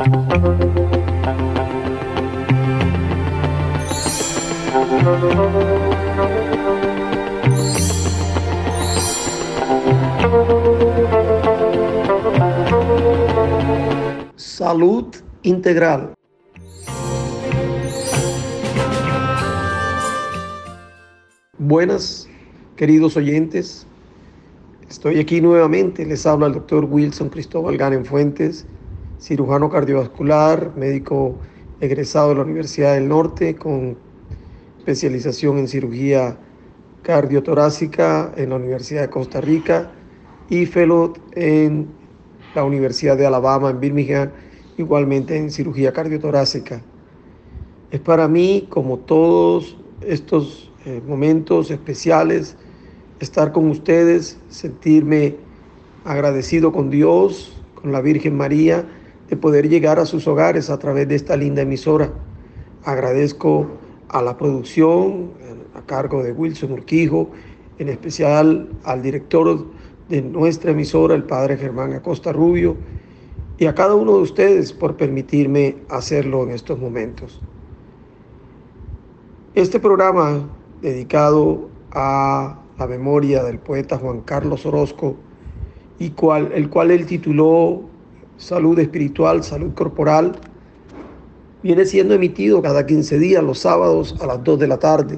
Salud integral. Buenas, queridos oyentes. Estoy aquí nuevamente. Les habla el doctor Wilson Cristóbal Ganem Fuentes, cirujano cardiovascular, médico egresado de la Universidad del Norte con especialización en cirugía cardiotorácica en la Universidad de Costa Rica y fellow en la Universidad de Alabama en Birmingham, igualmente en cirugía cardiotorácica. Es para mí, como todos estos momentos especiales, estar con ustedes, sentirme agradecido con Dios, con la Virgen María, de poder llegar a sus hogares a través de esta linda emisora. Agradezco a la producción, a cargo de Wilson Urquijo, en especial al director de nuestra emisora, el padre Germán Acosta Rubio, y a cada uno de ustedes por permitirme hacerlo en estos momentos. Este programa dedicado a la memoria del poeta Juan Carlos Orozco, el cual él tituló Salud Espiritual, Salud Corporal, viene siendo emitido cada 15 días, los sábados a las 2 de la tarde.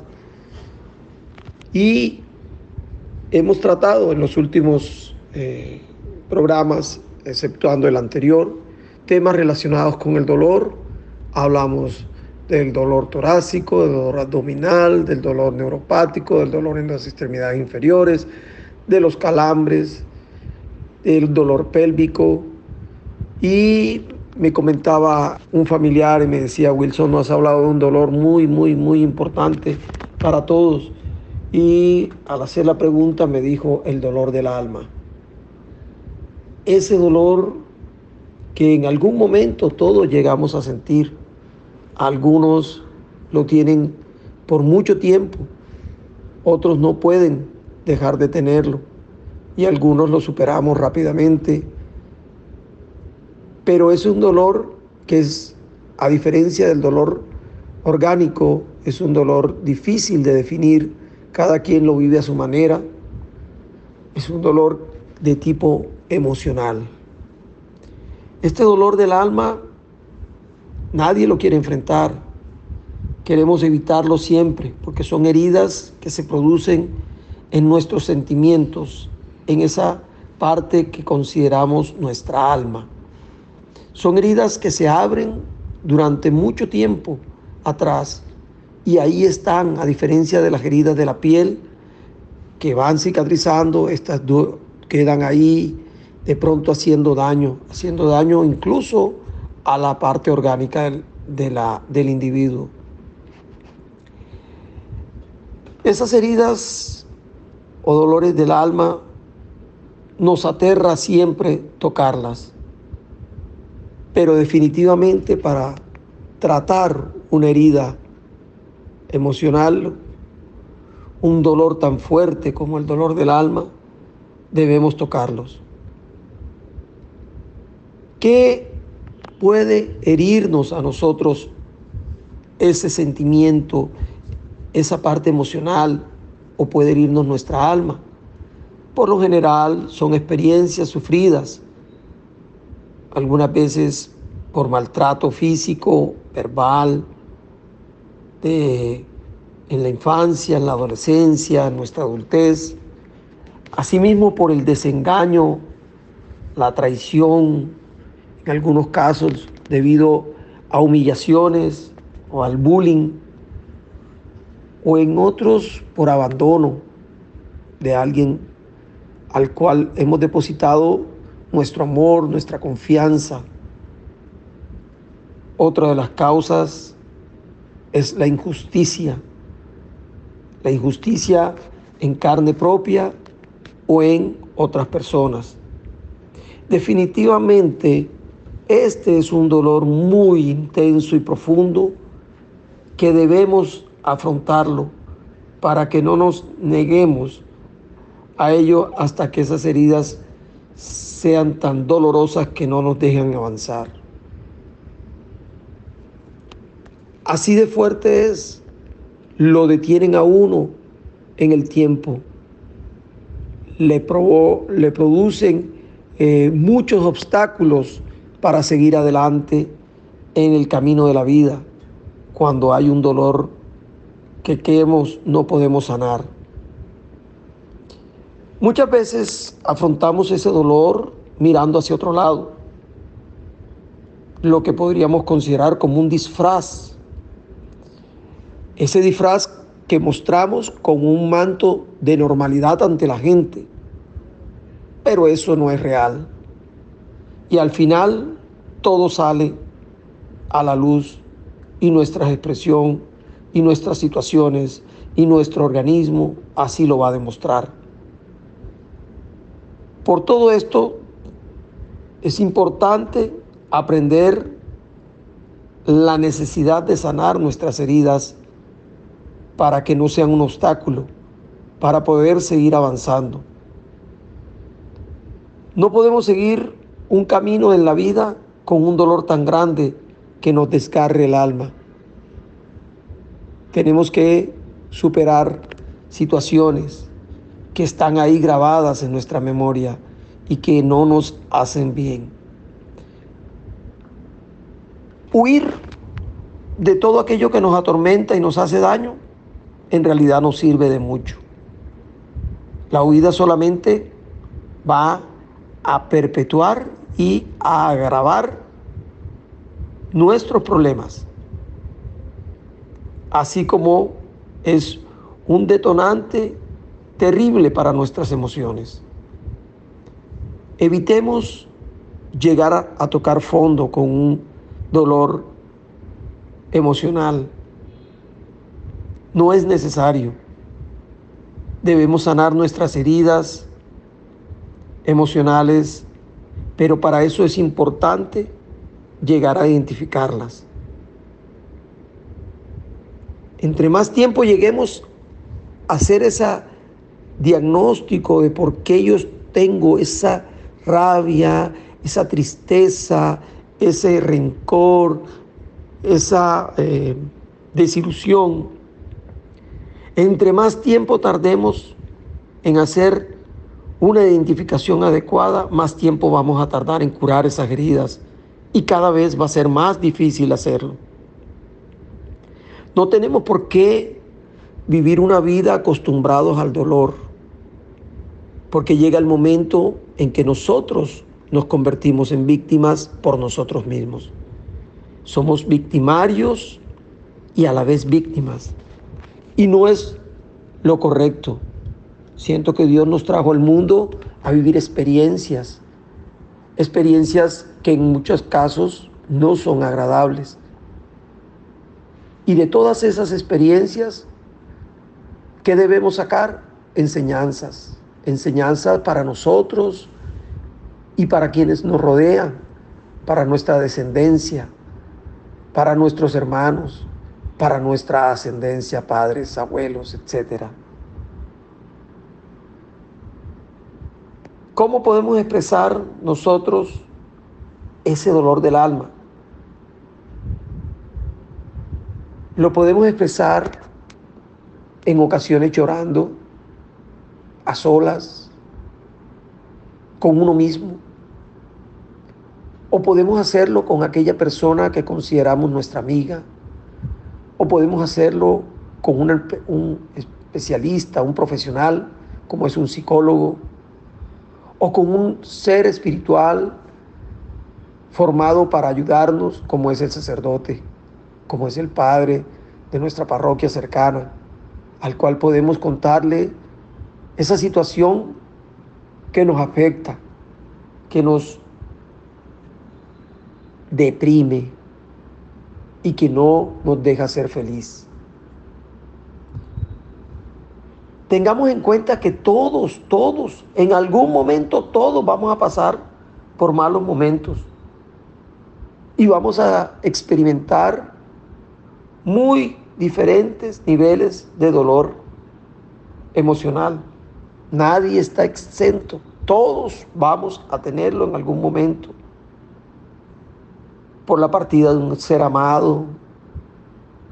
Y hemos tratado en los últimos programas, exceptuando el anterior, temas relacionados con el dolor. Hablamos del dolor torácico, del dolor abdominal, del dolor neuropático, del dolor en las extremidades inferiores, de los calambres, del dolor pélvico. Y me comentaba un familiar y me decía: Wilson, no has hablado de un dolor muy, muy, muy importante para todos. Y al hacer la pregunta me dijo: el dolor del alma. Ese dolor que en algún momento todos llegamos a sentir. Algunos lo tienen por mucho tiempo, otros no pueden dejar de tenerlo y algunos lo superamos rápidamente. Pero es un dolor que es, a diferencia del dolor orgánico, es un dolor difícil de definir. Cada quien lo vive a su manera. Es un dolor de tipo emocional. Este dolor del alma nadie lo quiere enfrentar. Queremos evitarlo siempre porque son heridas que se producen en nuestros sentimientos, en esa parte que consideramos nuestra alma. Son heridas que se abren durante mucho tiempo atrás y ahí están, a diferencia de las heridas de la piel que van cicatrizando, estas quedan ahí de pronto haciendo daño incluso a la parte orgánica del individuo. Esas heridas o dolores del alma nos aterra siempre tocarlas, pero definitivamente para tratar una herida emocional, un dolor tan fuerte como el dolor del alma, debemos tocarlos. ¿Qué puede herirnos a nosotros ese sentimiento, esa parte emocional, o puede herirnos nuestra alma? Por lo general son experiencias sufridas, algunas veces por maltrato físico, verbal, en la infancia, en la adolescencia, en nuestra adultez, asimismo por el desengaño, la traición, en algunos casos debido a humillaciones o al bullying, o en otros por abandono de alguien al cual hemos depositado nuestro amor, nuestra confianza. Otra de las causas es la injusticia en carne propia o en otras personas. Definitivamente, este es un dolor muy intenso y profundo que debemos afrontarlo para que no nos neguemos a ello hasta que esas heridas sean tan dolorosas que no nos dejan avanzar. Así de fuerte es, lo detienen a uno en el tiempo. Le producen muchos obstáculos para seguir adelante en el camino de la vida cuando hay un dolor que no podemos sanar. Muchas veces afrontamos ese dolor mirando hacia otro lado, lo que podríamos considerar como un disfraz. Ese disfraz que mostramos con un manto de normalidad ante la gente, pero eso no es real. Y al final todo sale a la luz y nuestra expresión y nuestras situaciones y nuestro organismo así lo va a demostrar. Por todo esto es importante aprender la necesidad de sanar nuestras heridas para que no sean un obstáculo, para poder seguir avanzando. No podemos seguir un camino en la vida con un dolor tan grande que nos desgarre el alma. Tenemos que superar situaciones que están ahí grabadas en nuestra memoria y que no nos hacen bien. Huir de todo aquello que nos atormenta y nos hace daño, en realidad no sirve de mucho. La huida solamente va a perpetuar y a agravar nuestros problemas, así como es un detonante terrible para nuestras emociones. Evitemos llegar a tocar fondo con un dolor emocional. No es necesario. Debemos sanar nuestras heridas emocionales, pero para eso es importante llegar a identificarlas. Entre más tiempo lleguemos a hacer ese diagnóstico de por qué yo tengo esa rabia, esa tristeza, ese rencor, esa desilusión, entre más tiempo tardemos en hacer una identificación adecuada, más tiempo vamos a tardar en curar esas heridas y cada vez va a ser más difícil hacerlo. No tenemos por qué vivir una vida acostumbrados al dolor, porque llega el momento en que nosotros nos convertimos en víctimas por nosotros mismos. Somos victimarios y a la vez víctimas. Y no es lo correcto. Siento que Dios nos trajo al mundo a vivir experiencias que en muchos casos no son agradables. Y de todas esas experiencias, ¿qué debemos sacar? Enseñanzas para nosotros y para quienes nos rodean, para nuestra descendencia, para nuestros hermanos, para nuestra ascendencia, padres, abuelos, etc. ¿Cómo podemos expresar nosotros ese dolor del alma? Lo podemos expresar en ocasiones llorando, a solas, con uno mismo. O podemos hacerlo con aquella persona que consideramos nuestra amiga. O podemos hacerlo con un especialista, un profesional, como es un psicólogo. O con un ser espiritual formado para ayudarnos, como es el sacerdote, como es el padre de nuestra parroquia cercana, al cual podemos contarle esa situación que nos afecta, que nos deprime y que no nos deja ser feliz. Tengamos en cuenta que todos, en algún momento todos vamos a pasar por malos momentos y vamos a experimentar muy diferentes niveles de dolor emocional. Nadie está exento, todos vamos a tenerlo en algún momento. Por la partida de un ser amado,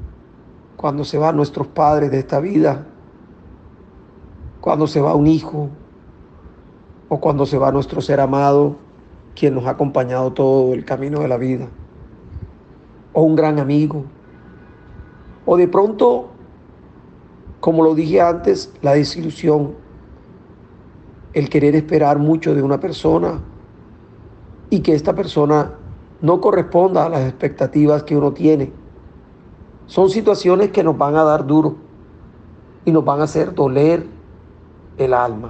cuando se van nuestros padres de esta vida, cuando se va un hijo o cuando se va nuestro ser amado, quien nos ha acompañado todo el camino de la vida, o un gran amigo, o de pronto, como lo dije antes, la desilusión, el querer esperar mucho de una persona y que esta persona no corresponda a las expectativas que uno tiene. Son situaciones que nos van a dar duro y nos van a hacer doler el alma.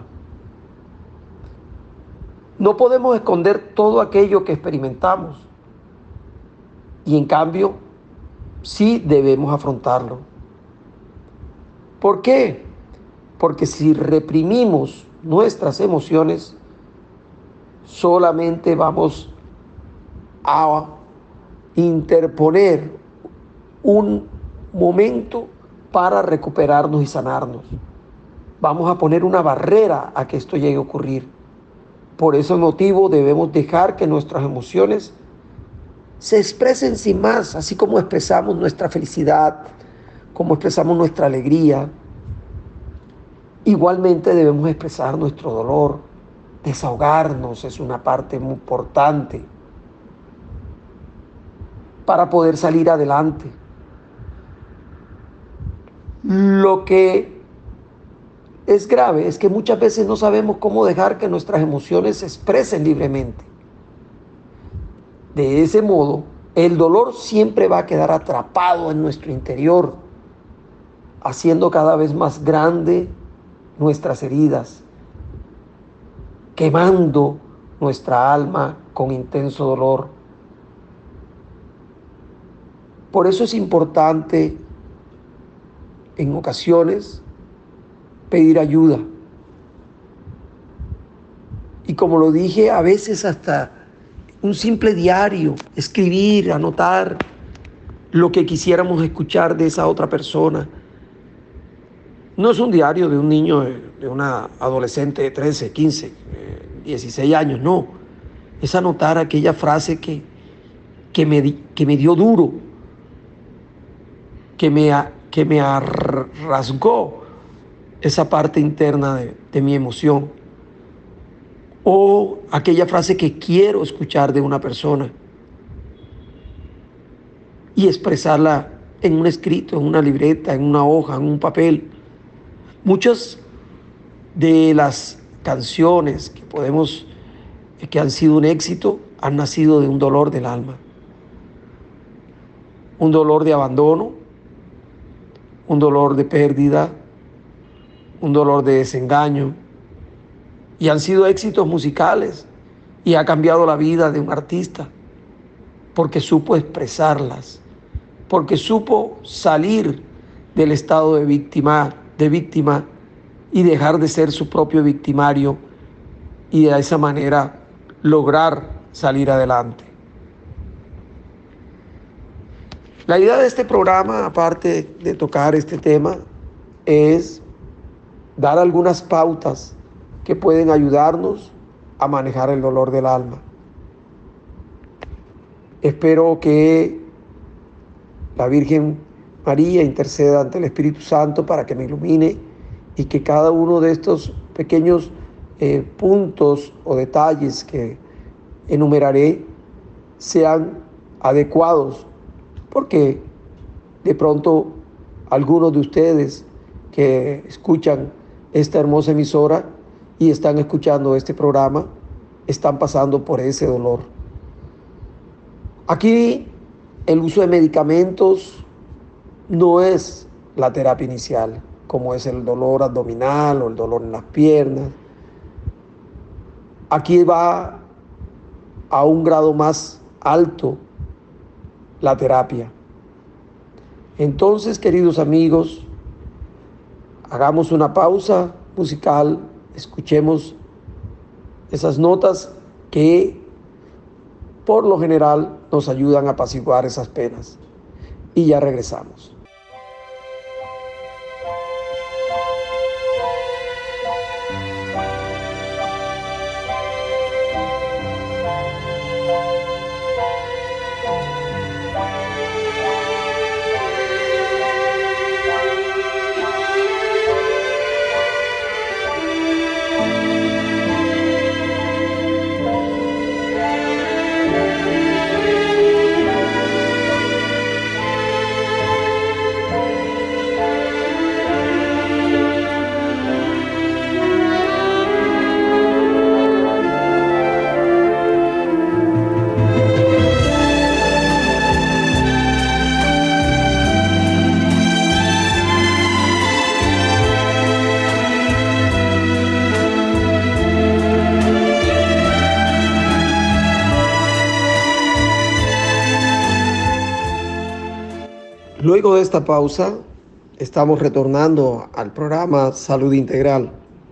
No podemos esconder todo aquello que experimentamos y en cambio sí debemos afrontarlo. ¿Por qué? Porque si reprimimos nuestras emociones, solamente vamos a interponer un momento para recuperarnos y sanarnos. Vamos a poner una barrera a que esto llegue a ocurrir. Por ese motivo debemos dejar que nuestras emociones se expresen sin más, así como expresamos nuestra felicidad, como expresamos nuestra alegría. Igualmente debemos expresar nuestro dolor, desahogarnos es una parte muy importante para poder salir adelante. Lo que es grave es que muchas veces no sabemos cómo dejar que nuestras emociones se expresen libremente. De ese modo, el dolor siempre va a quedar atrapado en nuestro interior, haciendo cada vez más grande nuestras heridas, quemando nuestra alma con intenso dolor. Por eso es importante en ocasiones pedir ayuda. Y como lo dije, a veces hasta un simple diario, escribir, anotar lo que quisiéramos escuchar de esa otra persona. No es un diario de un niño, de una adolescente de 13, 15, 16 años, no. Es anotar aquella frase que me dio duro, que me rasgó esa parte interna de mi emoción. O aquella frase que quiero escuchar de una persona y expresarla en un escrito, en una libreta, en una hoja, en un papel. Muchas de las canciones que han sido un éxito han nacido de un dolor del alma, un dolor de abandono, un dolor de pérdida, un dolor de desengaño, y han sido éxitos musicales y ha cambiado la vida de un artista porque supo expresarlas, porque supo salir del estado de víctima y dejar de ser su propio victimario y de esa manera lograr salir adelante. La idea de este programa, aparte de tocar este tema, es dar algunas pautas que pueden ayudarnos a manejar el dolor del alma. Espero que la Virgen María interceda ante el Espíritu Santo para que me ilumine y que cada uno de estos pequeños puntos o detalles que enumeraré sean adecuados, porque de pronto algunos de ustedes que escuchan esta hermosa emisora y están escuchando este programa están pasando por ese dolor. Aquí el uso de medicamentos no es la terapia inicial, como es el dolor abdominal o el dolor en las piernas. Aquí va a un grado más alto la terapia. Entonces, queridos amigos, hagamos una pausa musical, escuchemos esas notas que por lo general nos ayudan a apaciguar esas penas. Y ya regresamos. Luego de esta pausa, estamos retornando al programa Salud Integral.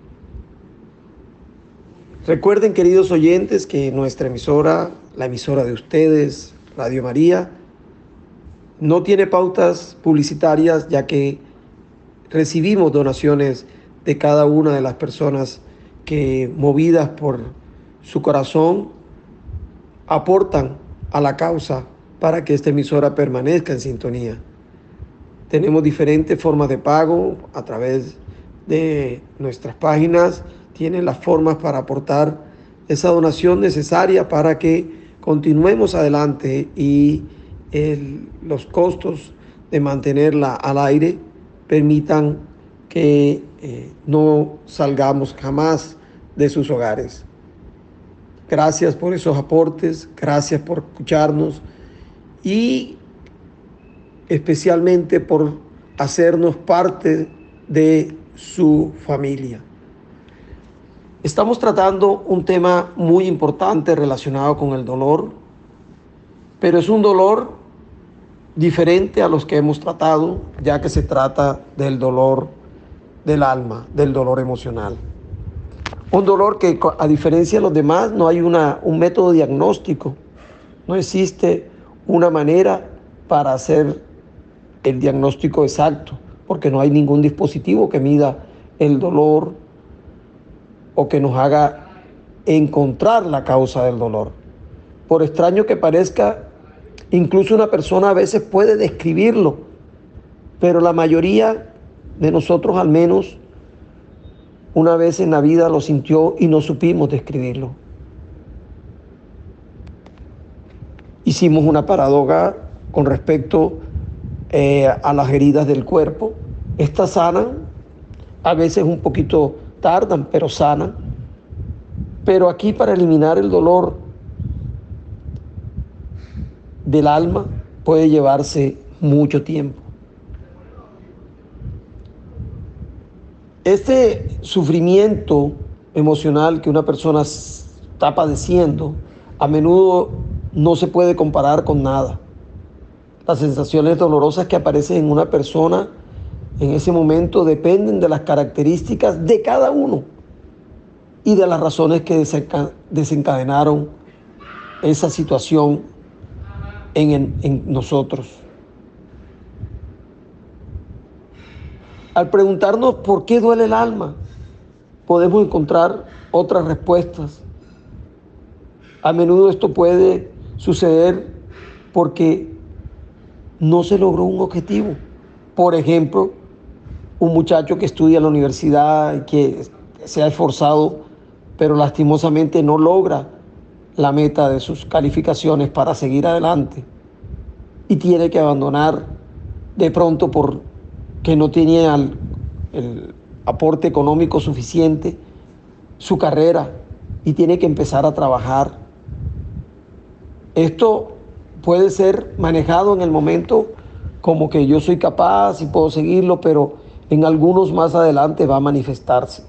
Recuerden, queridos oyentes, que nuestra emisora, la emisora de ustedes, Radio María, no tiene pautas publicitarias, ya que recibimos donaciones de cada una de las personas que, movidas por su corazón, aportan a la causa para que esta emisora permanezca en sintonía. Tenemos diferentes formas de pago a través de nuestras páginas. Tienen las formas para aportar esa donación necesaria para que continuemos adelante y los costos de mantenerla al aire permitan que no salgamos jamás de sus hogares. Gracias por esos aportes, gracias por escucharnos y especialmente por hacernos parte de su familia. Estamos tratando un tema muy importante relacionado con el dolor, pero es un dolor diferente a los que hemos tratado, ya que se trata del dolor del alma, del dolor emocional. Un dolor que, a diferencia de los demás, no hay un método diagnóstico, no existe una manera para hacer el diagnóstico exacto, porque no hay ningún dispositivo que mida el dolor o que nos haga encontrar la causa del dolor. Por extraño que parezca, incluso una persona a veces puede describirlo, pero la mayoría de nosotros al menos una vez en la vida lo sintió y no supimos describirlo. Hicimos una paradoja con respecto a las heridas del cuerpo. Estas sanan, a veces un poquito tardan, pero sanan. Pero aquí, para eliminar el dolor del alma, puede llevarse mucho tiempo. Este sufrimiento emocional que una persona está padeciendo, a menudo no se puede comparar con nada. Las sensaciones dolorosas que aparecen en una persona en ese momento dependen de las características de cada uno y de las razones que desencadenaron esa situación en nosotros. Al preguntarnos por qué duele el alma, podemos encontrar otras respuestas. A menudo esto puede suceder porque no se logró un objetivo. Por ejemplo, un muchacho que estudia en la universidad y que se ha esforzado, pero lastimosamente no logra la meta de sus calificaciones para seguir adelante y tiene que abandonar de pronto porque no tenía el aporte económico suficiente su carrera y tiene que empezar a trabajar. Esto puede ser manejado en el momento como que yo soy capaz y puedo seguirlo, pero en algunos más adelante va a manifestarse.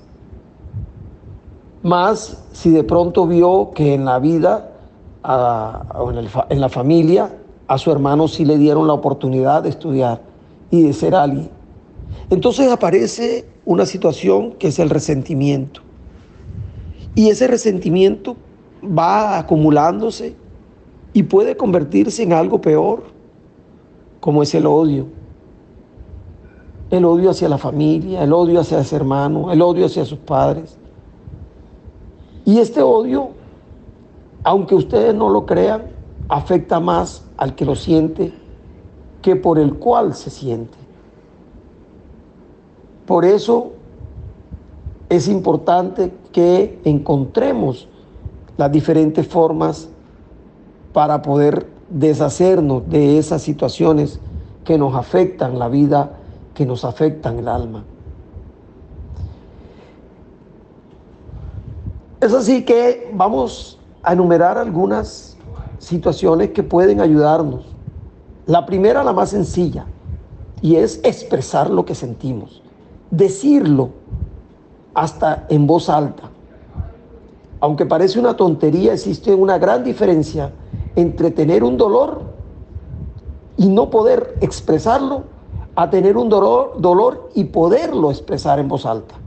Más si de pronto vio que en la vida, en la familia, a su hermano sí le dieron la oportunidad de estudiar y de ser alguien. Entonces aparece una situación que es el resentimiento. Y ese resentimiento va acumulándose y puede convertirse en algo peor, como es el odio. El odio hacia la familia, el odio hacia ese hermano, el odio hacia sus padres. Y este odio, aunque ustedes no lo crean, afecta más al que lo siente que por el cual se siente. Por eso es importante que encontremos las diferentes formas para poder deshacernos de esas situaciones que nos afectan la vida, que nos afectan el alma. Es así que vamos a enumerar algunas situaciones que pueden ayudarnos. La primera, la más sencilla, y es expresar lo que sentimos, decirlo hasta en voz alta. Aunque parece una tontería, existe una gran diferencia entre tener un dolor y no poder expresarlo, a tener un dolor y poderlo expresar en voz alta.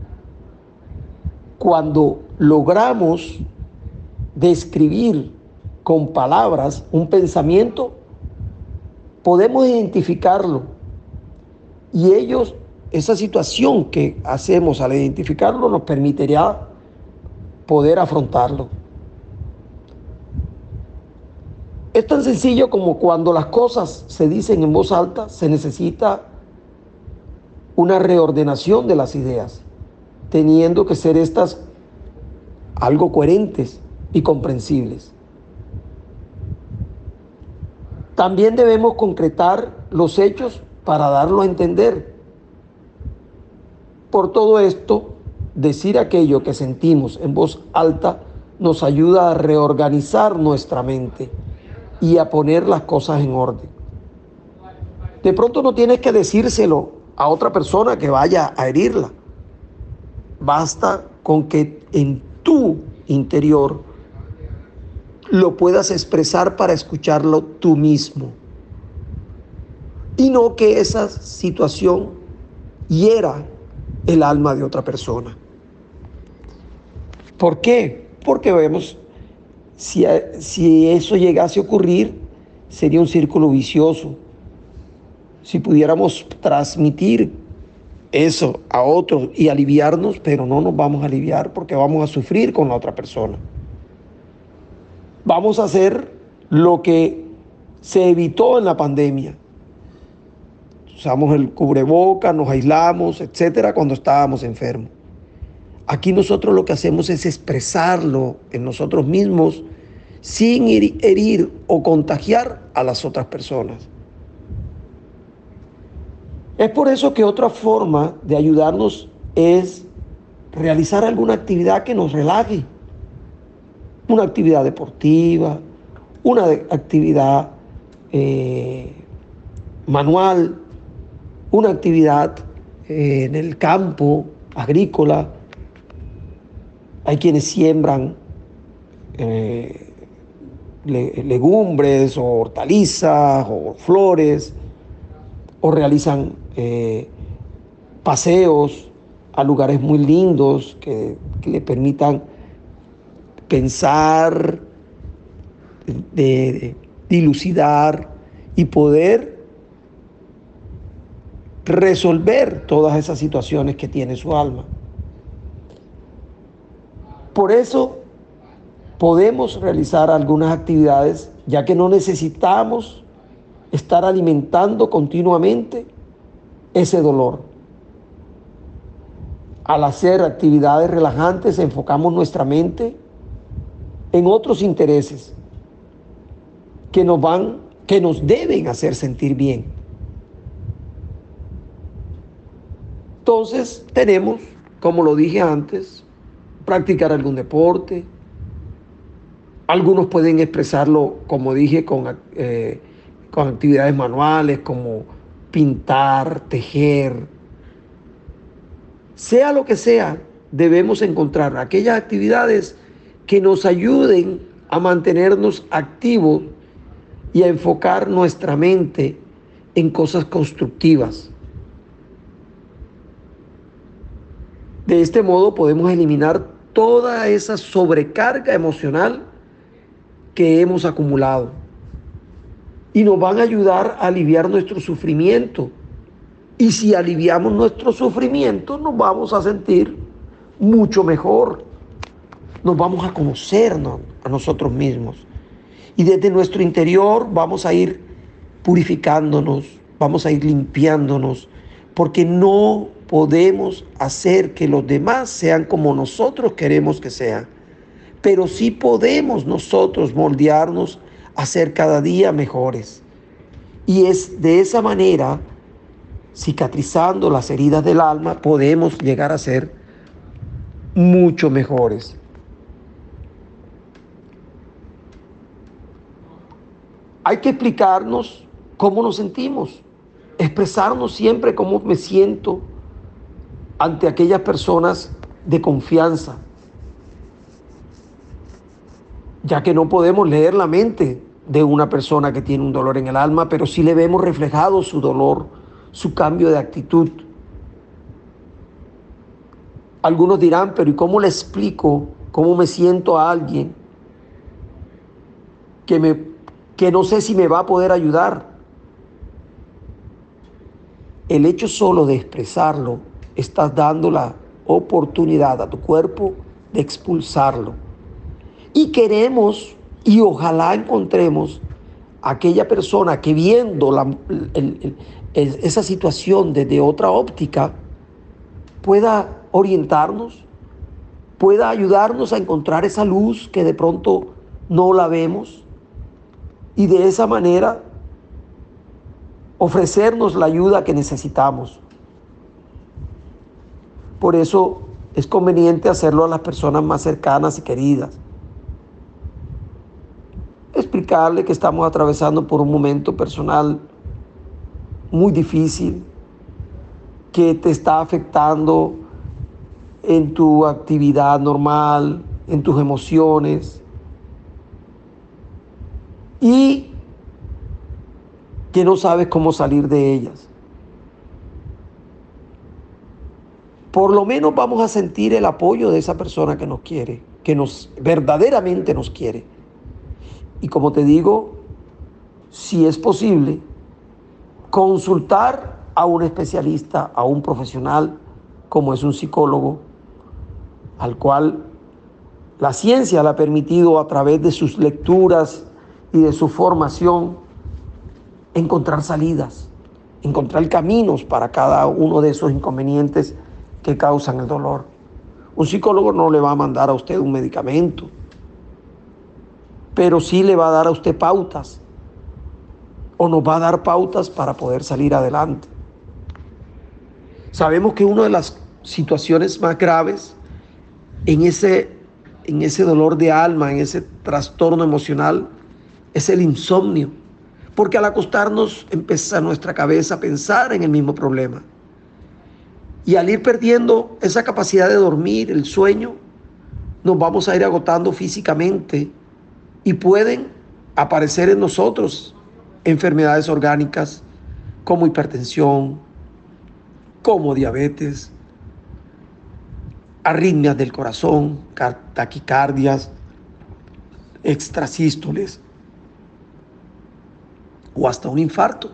Cuando logramos describir con palabras un pensamiento, podemos identificarlo y esa situación que hacemos al identificarlo nos permitirá poder afrontarlo. Es tan sencillo como cuando las cosas se dicen en voz alta, se necesita una reordenación de las ideas, teniendo que ser estas algo coherentes y comprensibles. También debemos concretar los hechos para darlo a entender. Por todo esto, decir aquello que sentimos en voz alta nos ayuda a reorganizar nuestra mente y a poner las cosas en orden. De pronto no tienes que decírselo a otra persona que vaya a herirla. Basta con que en tu interior lo puedas expresar para escucharlo tú mismo. Y no que esa situación hiera el alma de otra persona. ¿Por qué? Porque vemos, si eso llegase a ocurrir, sería un círculo vicioso. Si pudiéramos transmitir eso a otros y aliviarnos, pero no nos vamos a aliviar porque vamos a sufrir con la otra persona. Vamos a hacer lo que se evitó en la pandemia. Usamos el cubrebocas, nos aislamos, etcétera, cuando estábamos enfermos. Aquí nosotros lo que hacemos es expresarlo en nosotros mismos sin herir o contagiar a las otras personas. Es por eso que otra forma de ayudarnos es realizar alguna actividad que nos relaje. Una actividad deportiva, una actividad manual, una actividad en el campo, agrícola. Hay quienes siembran legumbres o hortalizas o flores o realizan paseos a lugares muy lindos que le permitan pensar, dilucidar y poder resolver todas esas situaciones que tiene su alma. Por eso podemos realizar algunas actividades, ya que no necesitamos estar alimentando continuamente ese dolor. Al hacer actividades relajantes, enfocamos nuestra mente en otros intereses que nos deben hacer sentir bien. Entonces tenemos, como lo dije antes, practicar algún deporte. Algunos pueden expresarlo, como dije, con actividades manuales como pintar, tejer. Sea lo que sea, debemos encontrar aquellas actividades que nos ayuden a mantenernos activos y a enfocar nuestra mente en cosas constructivas. De este modo podemos eliminar toda esa sobrecarga emocional que hemos acumulado y nos van a ayudar a aliviar nuestro sufrimiento. Y si aliviamos nuestro sufrimiento, nos vamos a sentir mucho mejor. Nos vamos a conocernos a nosotros mismos. Y desde nuestro interior vamos a ir purificándonos, vamos a ir limpiándonos, porque no podemos hacer que los demás sean como nosotros queremos que sean. Pero sí podemos nosotros moldearnos a ser cada día mejores. Y es de esa manera, cicatrizando las heridas del alma, podemos llegar a ser mucho mejores. Hay que explicarnos cómo nos sentimos, expresarnos siempre cómo me siento ante aquellas personas de confianza, ya que no podemos leer la mente de una persona que tiene un dolor en el alma, pero sí le vemos reflejado su dolor, su cambio de actitud. Algunos dirán, pero ¿y cómo le explico cómo me siento a alguien que no sé si me va a poder ayudar? El hecho solo de expresarlo, estás dando la oportunidad a tu cuerpo de expulsarlo. Y queremos, y ojalá encontremos aquella persona que viendo esa situación desde otra óptica pueda orientarnos, pueda ayudarnos a encontrar esa luz que de pronto no la vemos y de esa manera ofrecernos la ayuda que necesitamos. Por eso es conveniente hacerlo a las personas más cercanas y queridas. Explicarle que estamos atravesando por un momento personal muy difícil, que te está afectando en tu actividad normal, en tus emociones, y que no sabes cómo salir de ellas. Por lo menos vamos a sentir el apoyo de esa persona que nos quiere, que verdaderamente nos quiere. Y como te digo, si es posible, consultar a un especialista, a un profesional, como es un psicólogo, al cual la ciencia le ha permitido a través de sus lecturas y de su formación encontrar salidas, encontrar caminos para cada uno de esos inconvenientes que causan el dolor. Un psicólogo no le va a mandar a usted un medicamento, pero sí le va a dar a usted pautas, o nos va a dar pautas para poder salir adelante. Sabemos que una de las situaciones más graves en ese dolor de alma, en ese trastorno emocional, es el insomnio, porque al acostarnos empieza nuestra cabeza a pensar en el mismo problema. Y al ir perdiendo esa capacidad de dormir, el sueño, nos vamos a ir agotando físicamente y pueden aparecer en nosotros enfermedades orgánicas como hipertensión, como diabetes, arritmias del corazón, taquicardias, extrasístoles o hasta un infarto.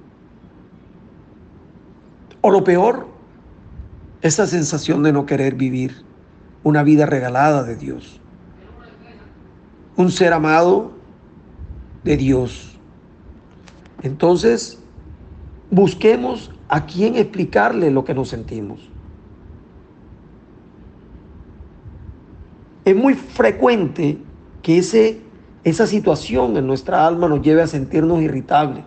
O lo peor, esa sensación de no querer vivir una vida regalada de Dios, un ser amado de Dios. Entonces, busquemos a quién explicarle lo que nos sentimos. Es muy frecuente que esa situación en nuestra alma nos lleve a sentirnos irritables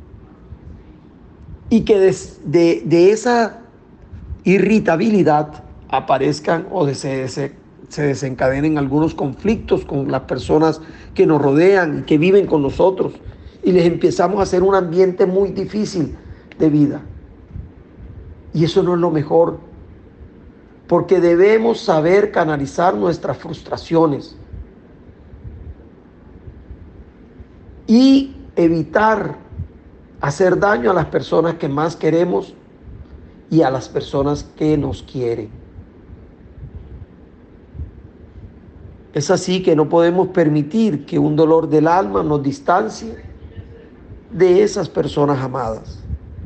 y que de esa irritabilidad aparezcan o se desencadenen algunos conflictos con las personas que nos rodean y que viven con nosotros, y les empezamos a hacer un ambiente muy difícil de vida. Y eso no es lo mejor, porque debemos saber canalizar nuestras frustraciones y evitar hacer daño a las personas que más queremos y a las personas que nos quieren. Es así que no podemos permitir que un dolor del alma nos distancie de esas personas amadas,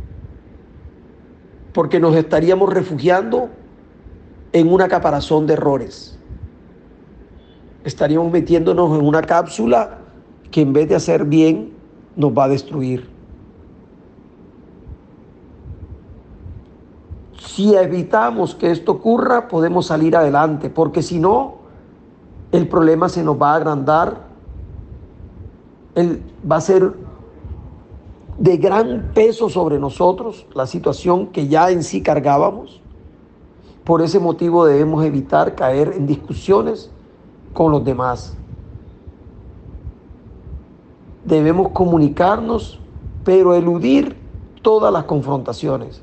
porque nos estaríamos refugiando en una caparazón de errores. Estaríamos metiéndonos en una cápsula que en vez de hacer bien, nos va a destruir. Si evitamos que esto ocurra, podemos salir adelante, porque si no, el problema se nos va a agrandar, va a ser de gran peso sobre nosotros, la situación que ya en sí cargábamos. Por ese motivo debemos evitar caer en discusiones con los demás. Debemos comunicarnos, pero eludir todas las confrontaciones.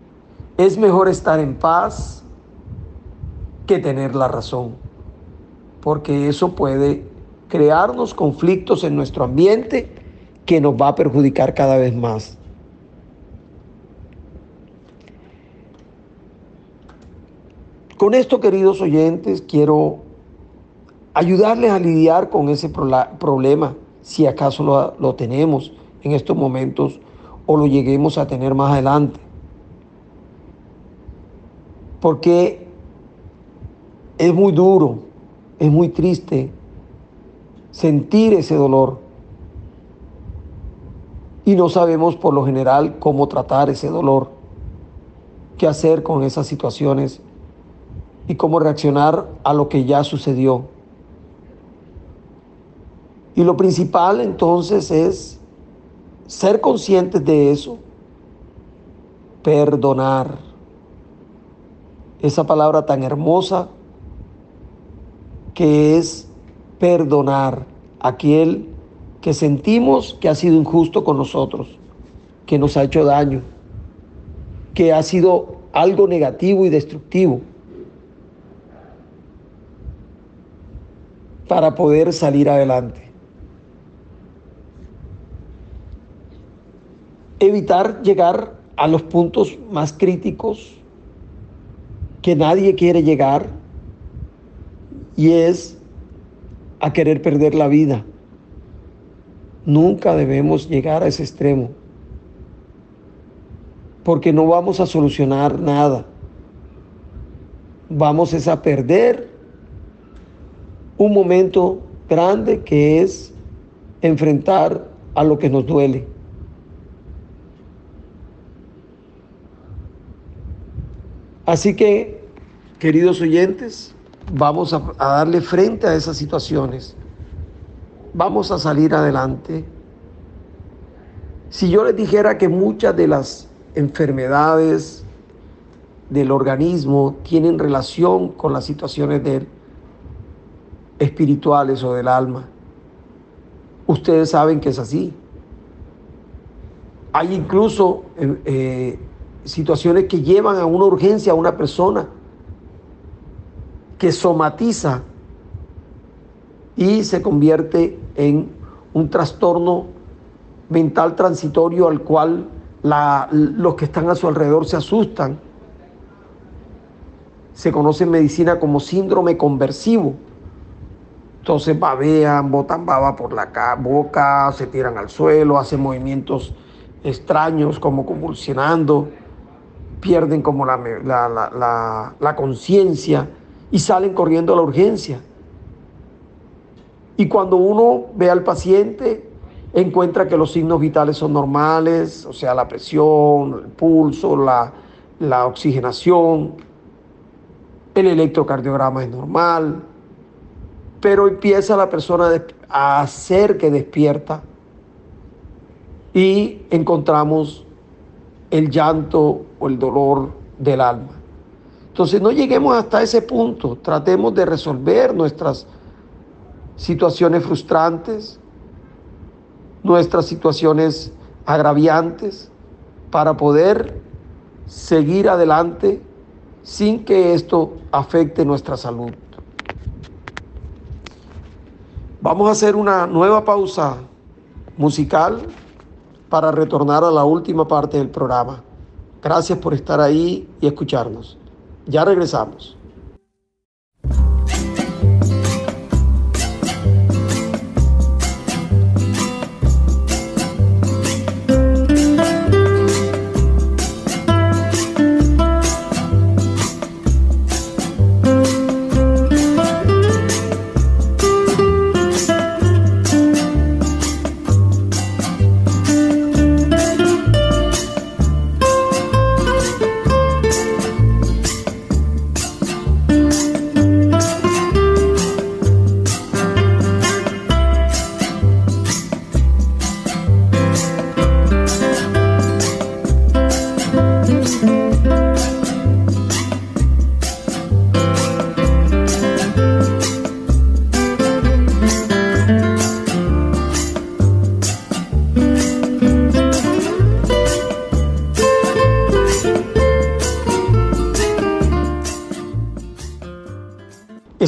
Es mejor estar en paz que tener la razón. porque eso puede crearnos conflictos en nuestro ambiente que nos va a perjudicar cada vez más. Con esto, queridos oyentes, quiero ayudarles a lidiar con ese problema, si acaso lo tenemos en estos momentos o lo lleguemos a tener más adelante. Porque es muy duro, es muy triste sentir ese dolor y no sabemos por lo general cómo tratar ese dolor, qué hacer con esas situaciones y cómo reaccionar a lo que ya sucedió. Y lo principal entonces es ser conscientes de eso, perdonar. Esa palabra tan hermosa que es perdonar a aquel que sentimos que ha sido injusto con nosotros, que nos ha hecho daño, que ha sido algo negativo y destructivo, para poder salir adelante. Evitar llegar a los puntos más críticos que nadie quiere llegar, y es a querer perder la vida. Nunca debemos llegar a ese extremo, porque no vamos a solucionar nada. Vamos a perder un momento grande, que es enfrentar a lo que nos duele. Así que, queridos oyentes, vamos a darle frente a esas situaciones. Vamos a salir adelante. Si yo les dijera que muchas de las enfermedades del organismo tienen relación con las situaciones espirituales o del alma, ustedes saben que es así. Hay incluso situaciones que llevan a una urgencia a una persona que somatiza y se convierte en un trastorno mental transitorio al cual los que están a su alrededor se asustan. Se conoce en medicina como síndrome conversivo. Entonces babean, botan baba por la boca, se tiran al suelo, hacen movimientos extraños como convulsionando, pierden como la conciencia y salen corriendo a la urgencia. Y cuando uno ve al paciente, encuentra que los signos vitales son normales, o sea, la presión, el pulso, la oxigenación, el electrocardiograma es normal, pero empieza la persona a hacer que despierta y encontramos el llanto o el dolor del alma. Entonces no lleguemos hasta ese punto, tratemos de resolver nuestras situaciones frustrantes, nuestras situaciones agraviantes, para poder seguir adelante sin que esto afecte nuestra salud. Vamos a hacer una nueva pausa musical para retornar a la última parte del programa. Gracias por estar ahí y escucharnos. Ya regresamos.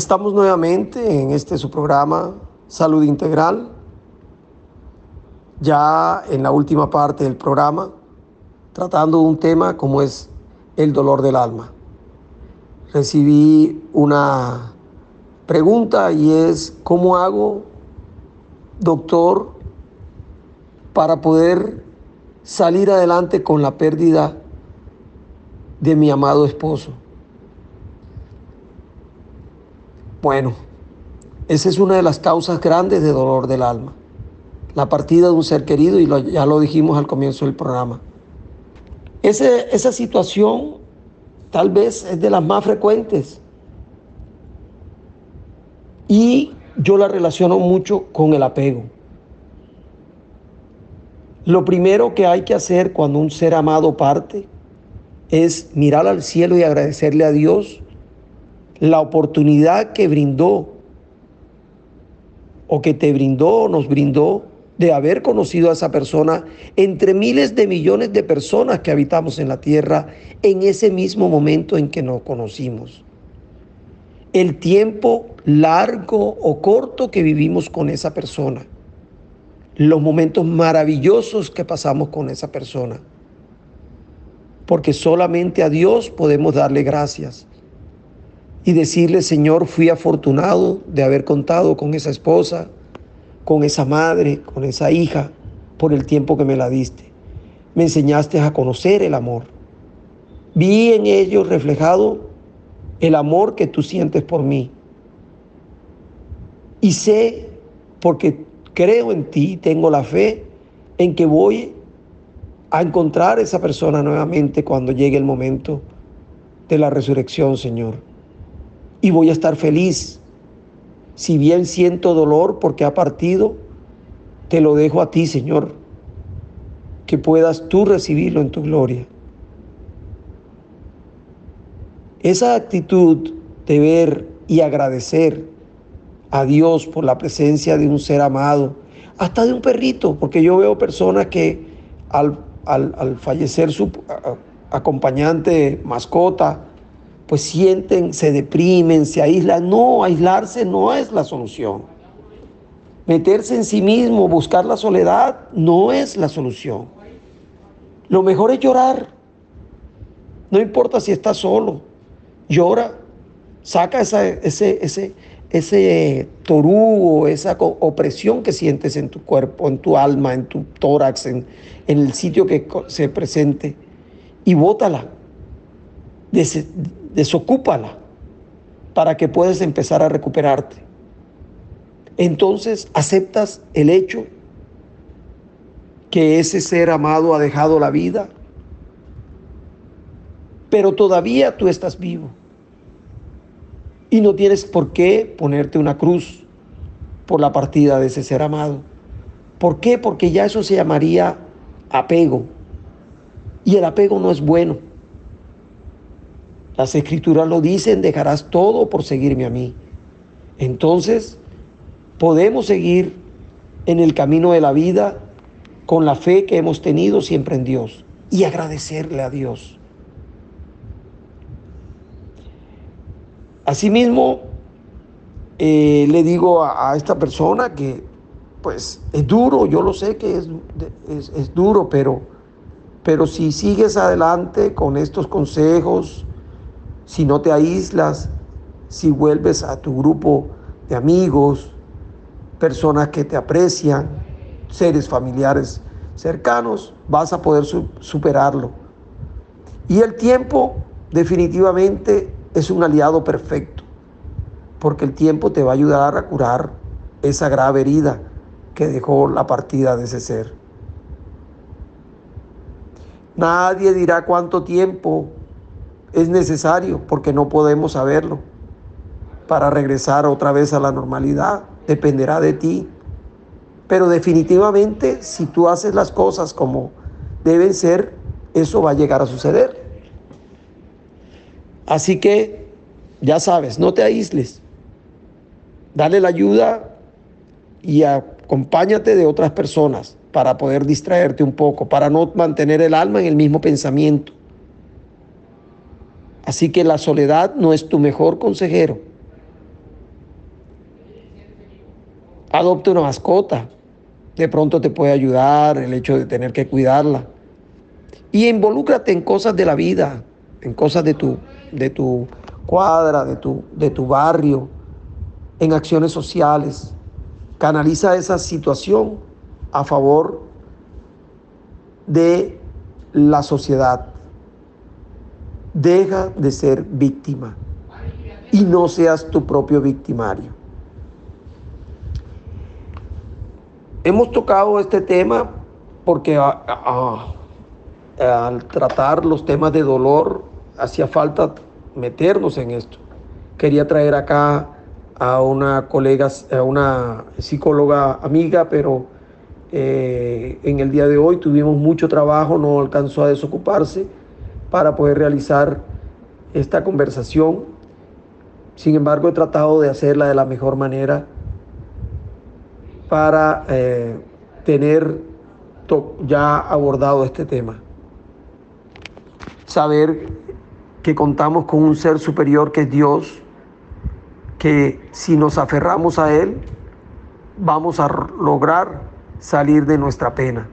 Estamos nuevamente en su programa Salud Integral, ya en la última parte del programa, tratando un tema como es el dolor del alma. Recibí una pregunta y es: ¿cómo hago, doctor, para poder salir adelante con la pérdida de mi amado esposo? Bueno, esa es una de las causas grandes de dolor del alma, la partida de un ser querido, y ya lo dijimos al comienzo del programa. Esa situación tal vez es de las más frecuentes y yo la relaciono mucho con el apego. Lo primero que hay que hacer cuando un ser amado parte es mirar al cielo y agradecerle a Dios la oportunidad que brindó o que te brindó o nos brindó de haber conocido a esa persona entre miles de millones de personas que habitamos en la tierra en ese mismo momento en que nos conocimos. El tiempo largo o corto que vivimos con esa persona, los momentos maravillosos que pasamos con esa persona, porque solamente a Dios podemos darle gracias y decirle: Señor, fui afortunado de haber contado con esa esposa, con esa madre, con esa hija, por el tiempo que me la diste. Me enseñaste a conocer el amor. Vi en ellos reflejado el amor que tú sientes por mí. Y sé, porque creo en ti, tengo la fe en que voy a encontrar a esa persona nuevamente cuando llegue el momento de la resurrección, Señor. Y voy a estar feliz. Si bien siento dolor porque ha partido, te lo dejo a ti, Señor, que puedas tú recibirlo en tu gloria. Esa actitud de ver y agradecer a Dios por la presencia de un ser amado, hasta de un perrito, porque yo veo personas que al fallecer su acompañante, mascota, pues sienten, se deprimen, se aíslan. No, aislarse no es la solución. Meterse en sí mismo, buscar la soledad, no es la solución. Lo mejor es llorar. No importa si estás solo, llora, saca ese torú o esa opresión que sientes en tu cuerpo, en tu alma, en tu tórax, en el sitio que se presente, y bótala, desocúpala, para que puedas empezar a recuperarte. Entonces aceptas el hecho que ese ser amado ha dejado la vida, pero todavía tú estás vivo. Y no tienes por qué ponerte una cruz por la partida de ese ser amado. ¿Por qué? Porque ya eso se llamaría apego. Y el apego no es bueno. Las Escrituras lo dicen: dejarás todo por seguirme a mí. Entonces, podemos seguir en el camino de la vida con la fe que hemos tenido siempre en Dios y agradecerle a Dios. Asimismo, le digo a esta persona que pues es duro, yo lo sé que es duro, pero si sigues adelante con estos consejos, si no te aíslas, si vuelves a tu grupo de amigos, personas que te aprecian, seres familiares cercanos, vas a poder superarlo. Y el tiempo definitivamente es un aliado perfecto, porque el tiempo te va a ayudar a curar esa grave herida que dejó la partida de ese ser. Nadie dirá cuánto tiempo es necesario, porque no podemos saberlo, para regresar otra vez a la normalidad. Dependerá de ti. Pero definitivamente, si tú haces las cosas como deben ser, eso va a llegar a suceder. Así que, ya sabes, no te aísles. Dale la ayuda y acompáñate de otras personas para poder distraerte un poco, para no mantener el alma en el mismo pensamiento. Así que la soledad no es tu mejor consejero. Adopte una mascota. De pronto te puede ayudar el hecho de tener que cuidarla. Y involúcrate en cosas de la vida, en cosas de tu cuadra, de tu barrio, en acciones sociales. Canaliza esa situación a favor de la sociedad. Deja de ser víctima y no seas tu propio victimario. Hemos tocado este tema porque al tratar los temas de dolor hacía falta meternos en esto. Quería traer acá a una colega, a una psicóloga amiga, pero en el día de hoy tuvimos mucho trabajo, no alcanzó a desocuparse para poder realizar esta conversación. Sin embargo, he tratado de hacerla de la mejor manera para tener ya abordado este tema. Saber que contamos con un ser superior que es Dios, que si nos aferramos a Él, vamos a lograr salir de nuestra pena.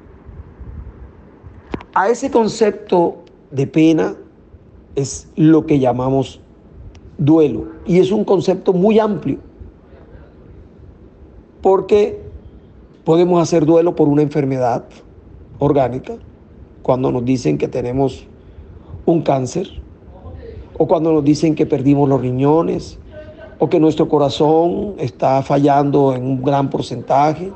A ese concepto de pena es lo que llamamos duelo, y es un concepto muy amplio, porque podemos hacer duelo por una enfermedad orgánica, cuando nos dicen que tenemos un cáncer, o cuando nos dicen que perdimos los riñones, o que nuestro corazón está fallando en un gran porcentaje.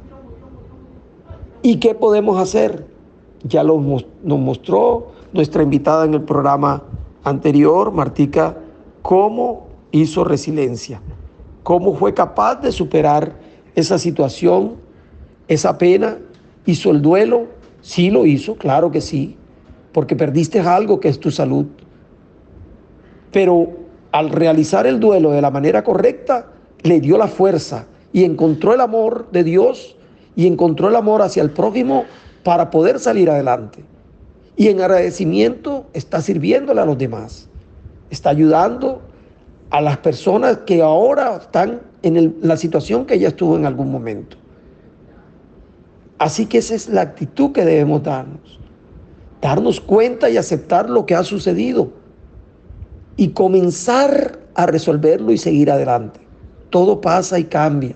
¿Y qué podemos hacer? Ya nos mostró nuestra invitada en el programa anterior, Martica, cómo hizo resiliencia, cómo fue capaz de superar esa situación, esa pena. ¿Hizo el duelo? Sí lo hizo, claro que sí, porque perdiste algo que es tu salud. Pero al realizar el duelo de la manera correcta, le dio la fuerza y encontró el amor de Dios y encontró el amor hacia el prójimo para poder salir adelante. Y en agradecimiento está sirviéndole a los demás, está ayudando a las personas que ahora están en la situación que ella estuvo en algún momento. Así que esa es la actitud que debemos darnos cuenta y aceptar lo que ha sucedido y comenzar a resolverlo y seguir adelante. Todo pasa y cambia.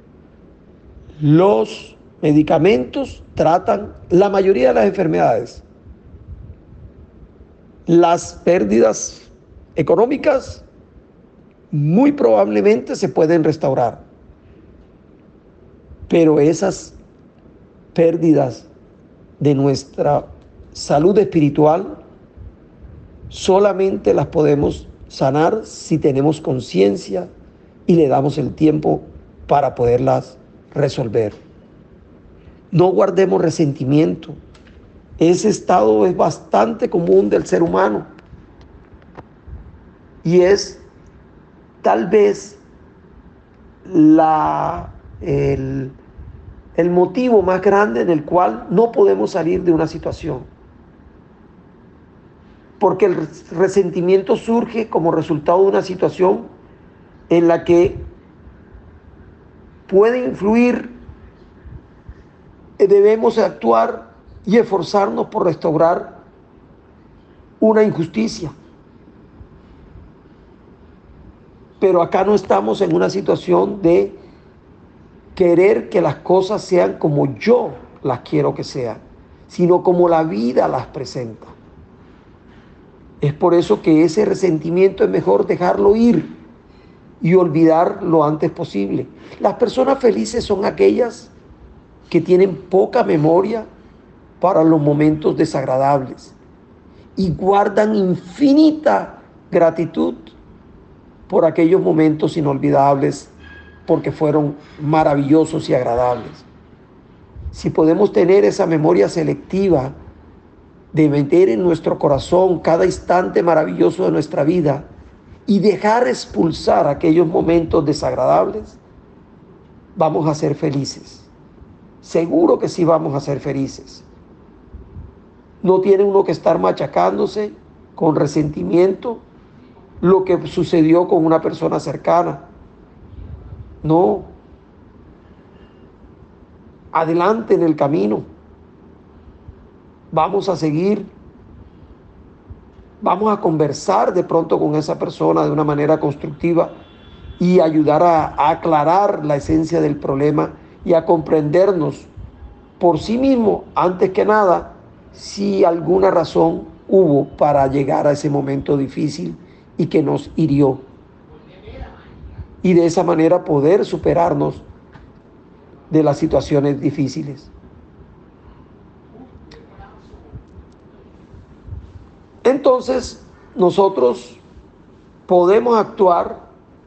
Los medicamentos tratan la mayoría de las enfermedades. Las pérdidas económicas muy probablemente se pueden restaurar, pero esas pérdidas de nuestra salud espiritual solamente las podemos sanar si tenemos conciencia y le damos el tiempo para poderlas resolver. No guardemos resentimiento. Ese estado es bastante común del ser humano y es tal vez el motivo más grande en el cual no podemos salir de una situación. Porque el resentimiento surge como resultado de una situación en la que puede influir, debemos actuar y esforzarnos por restaurar una injusticia. Pero acá no estamos en una situación de querer que las cosas sean como yo las quiero que sean, sino como la vida las presenta. Es por eso que ese resentimiento es mejor dejarlo ir y olvidar lo antes posible. Las personas felices son aquellas que tienen poca memoria para los momentos desagradables y guardan infinita gratitud por aquellos momentos inolvidables porque fueron maravillosos y agradables. Si podemos tener esa memoria selectiva de meter en nuestro corazón cada instante maravilloso de nuestra vida y dejar expulsar aquellos momentos desagradables, vamos a ser felices. Seguro que sí vamos a ser felices. No tiene uno que estar machacándose con resentimiento lo que sucedió con una persona cercana. No, adelante en el camino. Vamos a seguir, vamos a conversar de pronto con esa persona de una manera constructiva y ayudar a aclarar la esencia del problema y a comprendernos por sí mismo, antes que nada, si alguna razón hubo para llegar a ese momento difícil y que nos hirió. Y de esa manera poder superarnos de las situaciones difíciles. Entonces, nosotros podemos actuar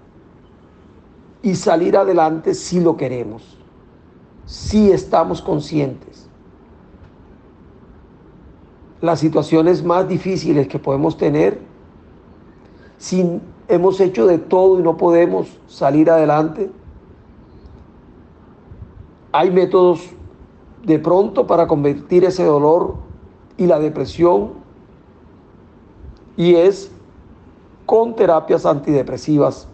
y salir adelante si lo queremos, si estamos conscientes. Las situaciones más difíciles que podemos tener, si hemos hecho de todo y no podemos salir adelante, hay métodos de pronto para convertir ese dolor y la depresión, y es con terapias antidepresivas.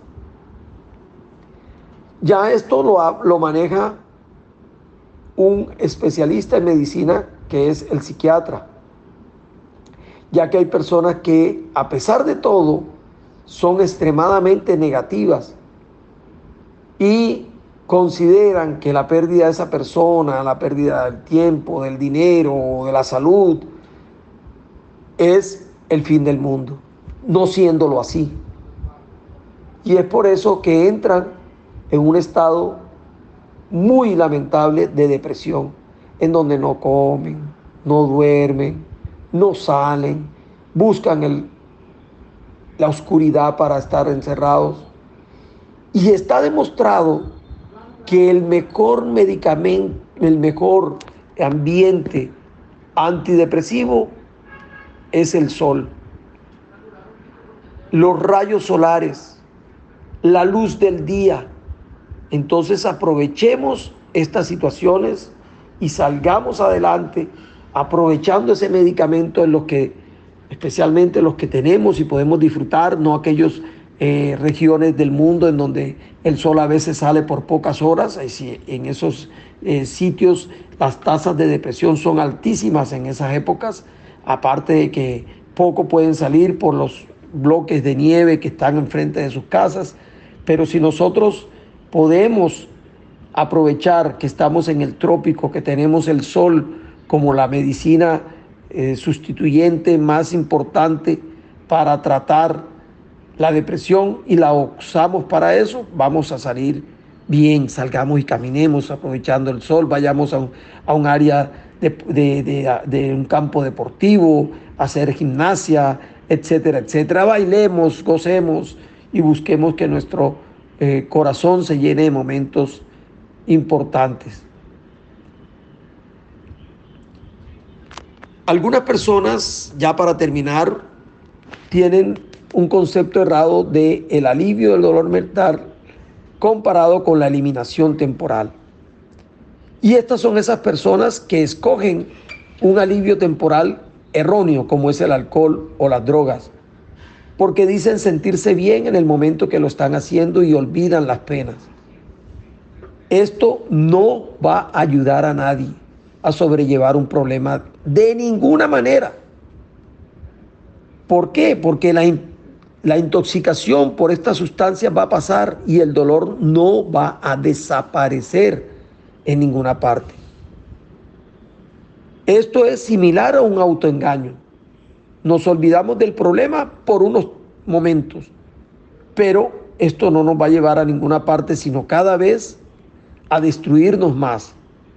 Ya esto lo maneja un especialista en medicina, que es el psiquiatra, ya que hay personas que, a pesar de todo, son extremadamente negativas y consideran que la pérdida de esa persona, la pérdida del tiempo, del dinero o de la salud es el fin del mundo, no siéndolo así. Y es por eso que entran en un estado muy lamentable de depresión, en donde no comen, no duermen, no salen, buscan la oscuridad para estar encerrados. Y está demostrado que el mejor medicamento, el mejor ambiente antidepresivo es el sol, los rayos solares, la luz del día. Entonces aprovechemos estas situaciones y salgamos adelante aprovechando ese medicamento en los que, especialmente los que tenemos y podemos disfrutar, no aquellas regiones del mundo en donde el sol a veces sale por pocas horas. En esos sitios las tasas de depresión son altísimas en esas épocas, aparte de que poco pueden salir por los bloques de nieve que están enfrente de sus casas. Pero si nosotros podemos aprovechar que estamos en el trópico, que tenemos el sol como la medicina sustituyente más importante para tratar la depresión, y la usamos para eso, vamos a salir bien. Salgamos y caminemos aprovechando el sol, vayamos a un área de un campo deportivo, a hacer gimnasia, etcétera, etcétera. Bailemos, gocemos y busquemos que nuestro corazón se llene de momentos importantes. Algunas personas, ya para terminar, tienen un concepto errado de el alivio del dolor mental comparado con la eliminación temporal. Y estas son esas personas que escogen un alivio temporal erróneo, como es el alcohol o las drogas, porque dicen sentirse bien en el momento que lo están haciendo y olvidan las penas. Esto no va a ayudar a nadie a sobrellevar un problema de ninguna manera. ¿Por qué? Porque la intoxicación por estas sustancias va a pasar y el dolor no va a desaparecer en ninguna parte. Esto es similar a un autoengaño. Nos olvidamos del problema por unos momentos, pero esto no nos va a llevar a ninguna parte, sino cada vez a destruirnos más.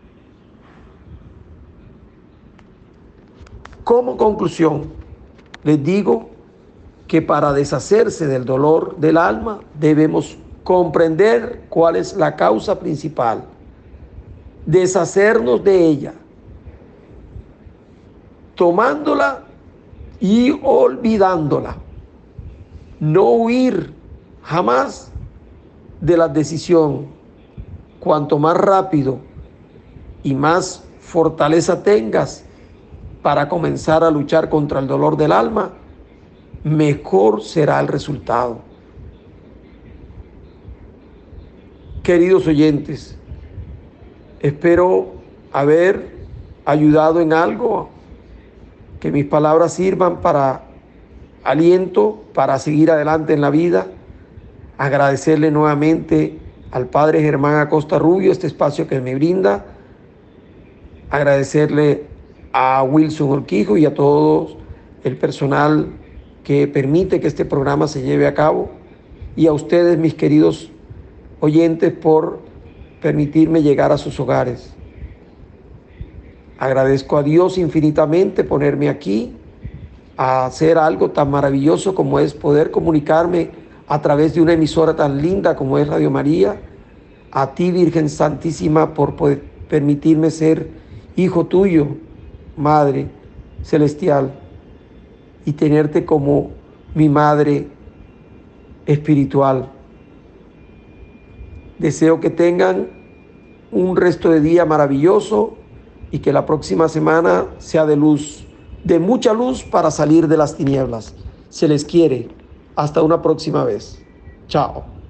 Como conclusión, les digo que para deshacerse del dolor del alma debemos comprender cuál es la causa principal, deshacernos de ella, tomándola y olvidándola. No huir jamás de la decisión. Cuanto más rápido y más fortaleza tengas para comenzar a luchar contra el dolor del alma, mejor será el resultado. Queridos oyentes, espero haber ayudado en algo, que mis palabras sirvan para aliento, para seguir adelante en la vida. Agradecerle nuevamente al Padre Germán Acosta Rubio este espacio que me brinda. Agradecerle a Wilson Urquijo y a todo el personal que permite que este programa se lleve a cabo. Y a ustedes, mis queridos oyentes, por permitirme llegar a sus hogares. Agradezco a Dios infinitamente ponerme aquí a hacer algo tan maravilloso como es poder comunicarme a través de una emisora tan linda como es Radio María. A ti, Virgen Santísima, por poder permitirme ser hijo tuyo, Madre Celestial, y tenerte como mi Madre espiritual. Deseo que tengan un resto de día maravilloso y que la próxima semana sea de luz, de mucha luz para salir de las tinieblas. Se les quiere. Hasta una próxima vez. Chao.